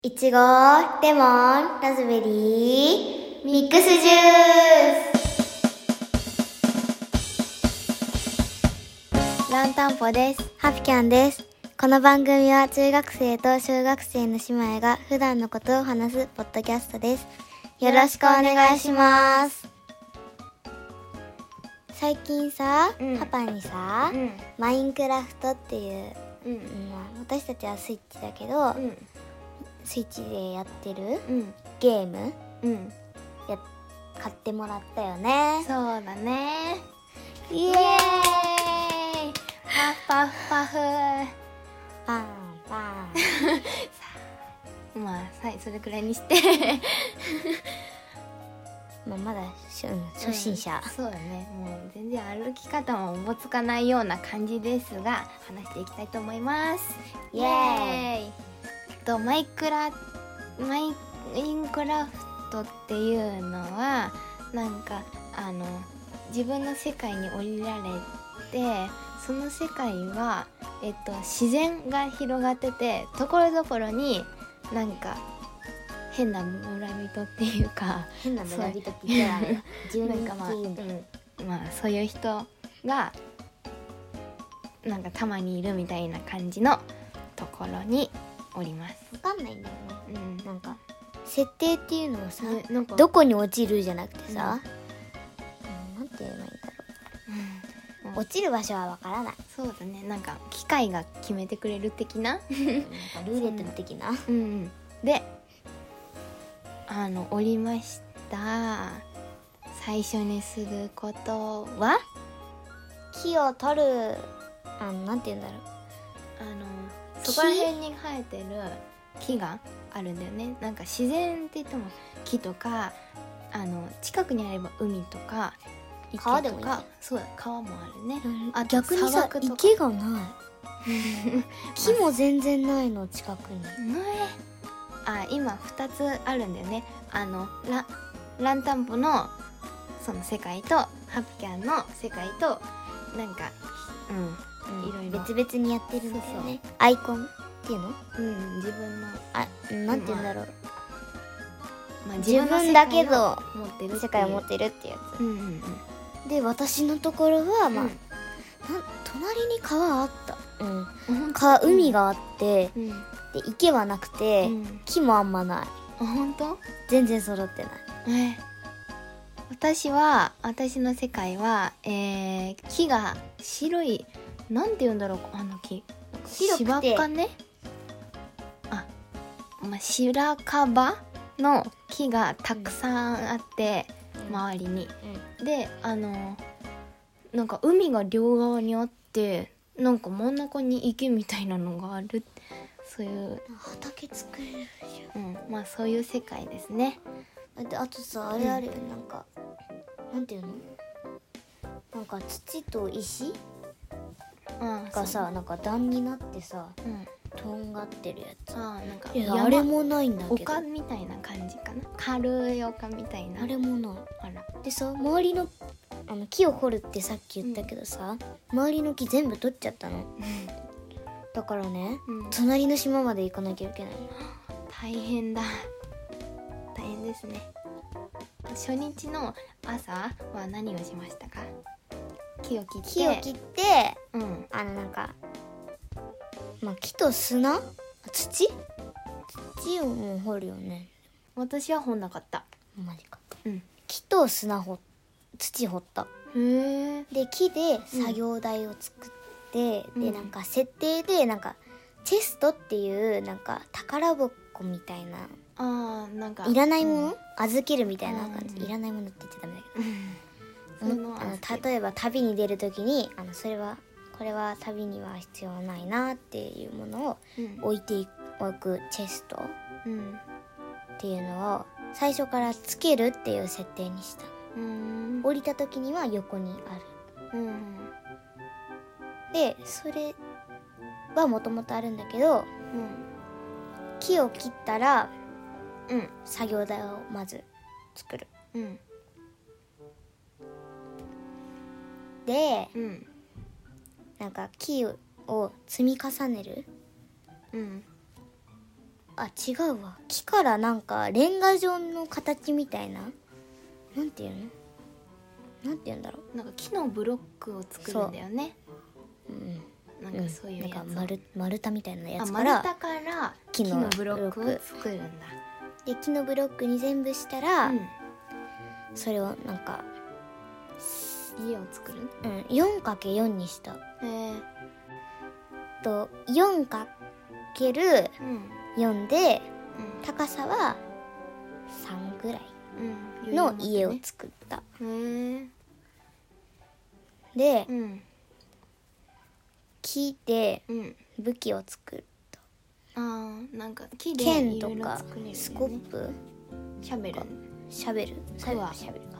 いちご、レモン、ラズベリー、ミックスジュース。ランタンポです。ハピキャンです。この番組は中学生と小学生の姉妹が普段のことを話すポッドキャストです。よろしくお願いします。最近さ、パパにさ、マインクラフトっていう、私たちはスイッチだけど、スイッチでやってる、ゲーム、買ってもらったよね。 そうだね。イエーイ。パフパフパンパンまあそれくらいにしてまだ初心者、 そうだね。もう全然歩き方もおぼつかないような感じですが、話していきたいと思います。 イエーイ。 マインクラフトっていうのはなんか自分の世界に降りられて、その世界は自然が広がってて、ところどころになんか変な村人っていうか、 変な村人って言ったら住人なんかまあそういう人がなんかたまにいるみたいな感じのところにおります。 わかんないんだよね、なんか設定っていうのはさ、 なんかどこに落ちるじゃなくてさ、なんて言えばいいんだろう、落ちる場所はわからない。 そうだね。なんか機械が決めてくれる的ななんかルーレット的な、 で降りました。最初にすることは木を取る、なんて言うんだろう、 そこら辺に生えてる木があるんだよね。なんか自然って言っても木とか近くにあれば海とか池とか、 川でもいいね。 そうだ、川もあるね。あと逆にさ、池がない木も全然ないの、近くに。 今2つあるんだよね。ランタンポのその世界とハピキャンの世界と、なんかいろいろ別々にやってるんだよね。アイコンっていうの、 自分のなんて言うんだろう、 自自分だけど持ってる世界を持ってるってやつ、で、私のところは隣に川あった、海があって、で池はなくて、木もあんまない。 本当？ 全然揃ってない。 私の世界は、木が白い、なんて言うんだろう、木、 白くて芝かね、白樺の木がたくさんあって、周りに、でなんか海が両側にあって、なんか真ん中に池みたいなのがある、そういう畑作れるじゃん。 まあそういう世界ですね。 で、あとさ、あれあるよ、なんかなんていうの、なんか土と石がさ、なんか段になってさ、とんがってるやつ。 なんかあれもないんだけど。 丘みたいな感じかな。軽い丘みたいな。 あれもない。 あら。 でさ、周りの木を掘るってさっき言ったけどさ、周りの木全部取っちゃったの。だからね、隣の島まで行かなきゃいけない。 大変だ。大変ですね。初日の朝は何をしましたか？木を切って、 なんか木と砂、土をもう掘るよね。 私は掘んなかった。 マジか。木と砂土掘った。で、木で作業台を作って、でなんか設定でなんかチェストっていうなんか宝箱みたいな、 なんかいらないもの、預けるみたいな感じ、いらないものって言っちゃダメだけど、例えば旅に出るときにこれは旅には必要ないなっていうものを置いておくチェストっていうのを最初からつけるっていう設定にした。降りた時には横にある。で、それはもともとあるんだけど、木を切ったら、作業台をまず作る。で、なんか木を積み重ねる、 あ、違うわ。木からなんかレンガ状の形みたいな、なんていうの、なんていうんだろなんか木のブロックを作るんだよね。 う、うん、 なんかそういうやつを、 なんか丸太みたいなやつか丸ら太から木の木のブロックを作るんだ。 で木のブロックに全部したら、 うん、 それをなんか、 家を作る。 うん、4×4 にしたへえ。 と 4×4 うんで高さは3ぐらいうんの家を作った。 へえ。 で、 うん木でうん。 武器を作る。 ああ、なんか木で剣いろいろとか作れるよね。 スコップ、 シャベル。 シャベル、 クワシャベルか、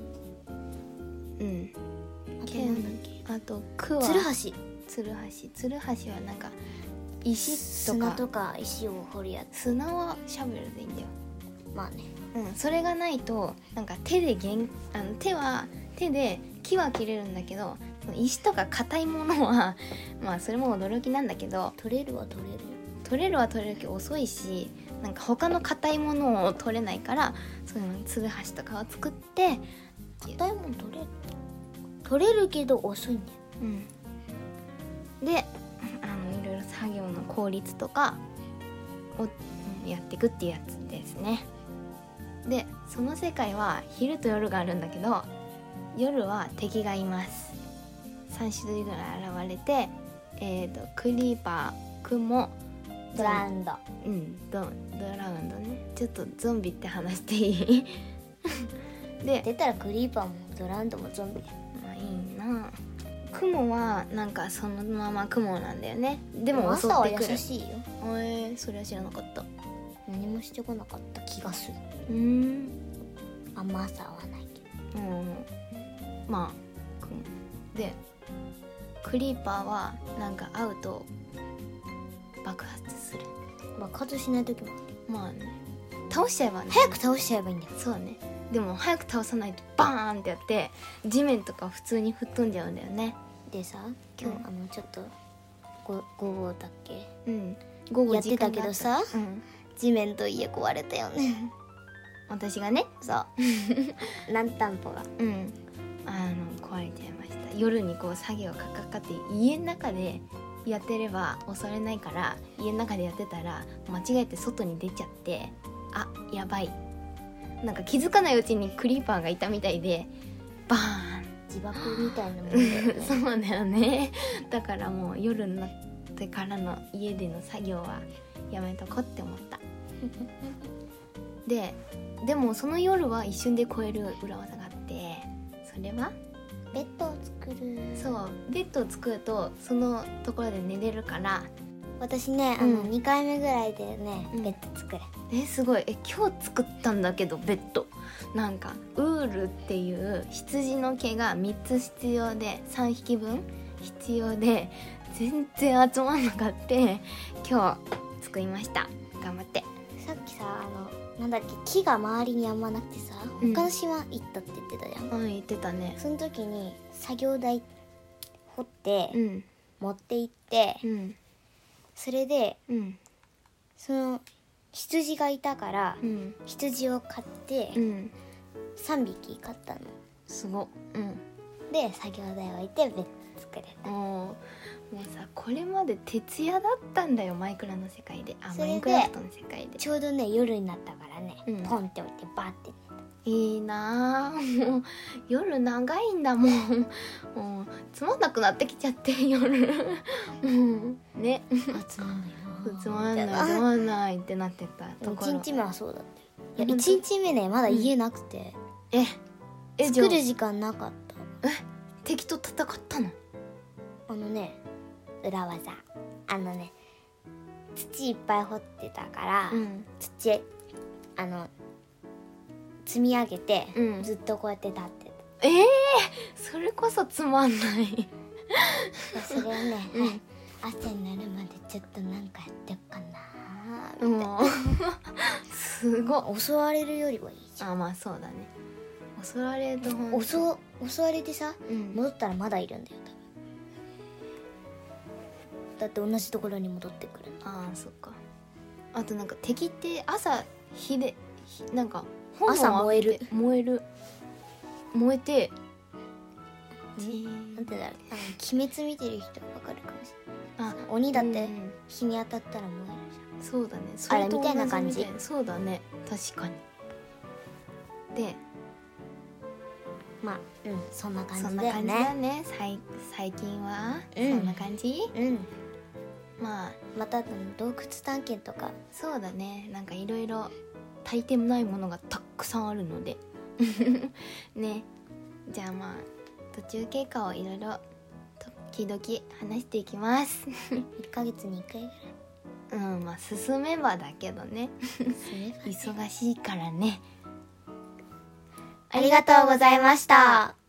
うん。 あとなんだっけ、 あとクワ。 ツルハシ、 ツルハシ。ツルハシはなんか石とか砂とか石を掘るやつ。 砂はシャベルでいいんだよ。 まあね、 うん、それがないとなんか手で手で木は切れるんだけど、その石とか硬いものはまあそれも驚きなんだけど、 取れるは取れるよ。 取れるは取れるけど遅いし、なんか他の硬いものを取れないから、そういうのツルハシとかを作って、 硬いもん取れるけど遅いんだよ。 うん、でいろいろ作業の効率とかをやっていくっていうやつですね。でその世界は昼と夜があるんだけど、夜は敵がいます。3種類ぐらい現れて、クリーパー、クモ、 ドラウンド、 ドラウンドね。ちょっとゾンビって話していいで、 出たらクリーパーもドラウンドもゾンビだよ。 まあいいな。クモはなんかそのままクモなんだよね。でも襲朝はってくる。 優しいよ。 それは知らなかった。 何もしてこなかった気がする。あんま朝はないけど。 まあクモで、クリーパーはなんか会うと爆発する。 爆発しない時もある。 まあね、倒しちゃえばね、 早く倒しちゃえばいいんだよ。 そうね。でも早く倒さないとバーンってやって地面とか普通に吹っ飛んじゃうんだよね。 でさ、今日、ちょっと午後だっけ、 午後やってたけどさ、地面と家壊れたよね。 私がね、 そう何担保が壊れちゃいました。夜にこう作業かかって家の中でやってれば襲われないから、家の中でやってたら間違えて外に出ちゃって、あ、やばい、なんか気づかないうちにクリーパーがいたみたいでバーン、 自爆みたいなもんだよね。 そうだよね。だからもう夜になってからの家での作業はやめとこって思ったでもその夜は一瞬で超える裏技があって、それはベッドを作る。 そう、ベッドを作るとそのところで寝れるから。 私ね、2回目ぐらいでね、ベッド作れ。 すごい。今日作ったんだけどベッド、なんかウールっていう羊の毛が3つ必要で、3匹分必要で全然集まんなかった。今日作りました。頑張って。 さっきさ、なんだっけ、木が周りにあんまなくてさ、他の島行ったって言ってたじゃん。 言ってたね。 その時に作業台掘って、持って行って、それで、その羊がいたから、羊を買って、3匹買ったの。 すごっ。 で作業台を置いてベッド作れた。 もうさ、これまで徹夜だったんだよ、マイクラの世界で。 それでマインクラフトの世界でちょうどね夜になったからね、ポンって置いてバーっていいなぁ。もう夜長いんだもん。もうつまんなくなってきちゃって夜ね、 つまんないな、 つまんないってなってたところ。 1日目はそうだったよ。いや1日目ねまだ家なくて、作る時間なかった。 敵と戦ったの？ 裏技、土いっぱい掘ってたから、土積み上げて、ずっとこうやって立ってた。 それこそつまんないそれをね、朝になるまでちょっとなんかやってっかなみたいな。 すごい。 襲われるよりはいいじゃん。 まあそうだね。襲われると襲われてさ、戻ったらまだいるんだよ多分。だって同じところに戻ってくる。 そっか。 あとなんか敵って朝なんか炎朝燃える燃えてなんてだろう、鬼滅見てる人はわかるかもしれない。 あ鬼だってうん日に当たったら燃えるじそうだねあれそと同じみたいな感じみたいそうだね確かにでゃん。まあそんな感そんじだよな感じだね。 ね最近は、 うんそんな感じまあまた洞窟探検とかそうだねなんかいろいろ大抵もないものがたくさんあるのでねじゃあまあ途中経過をいろいろ時々話していきます 1ヶ月に1回ぐらいまあ進めばだけどね進めばね。 忙しいからねありがとうございました。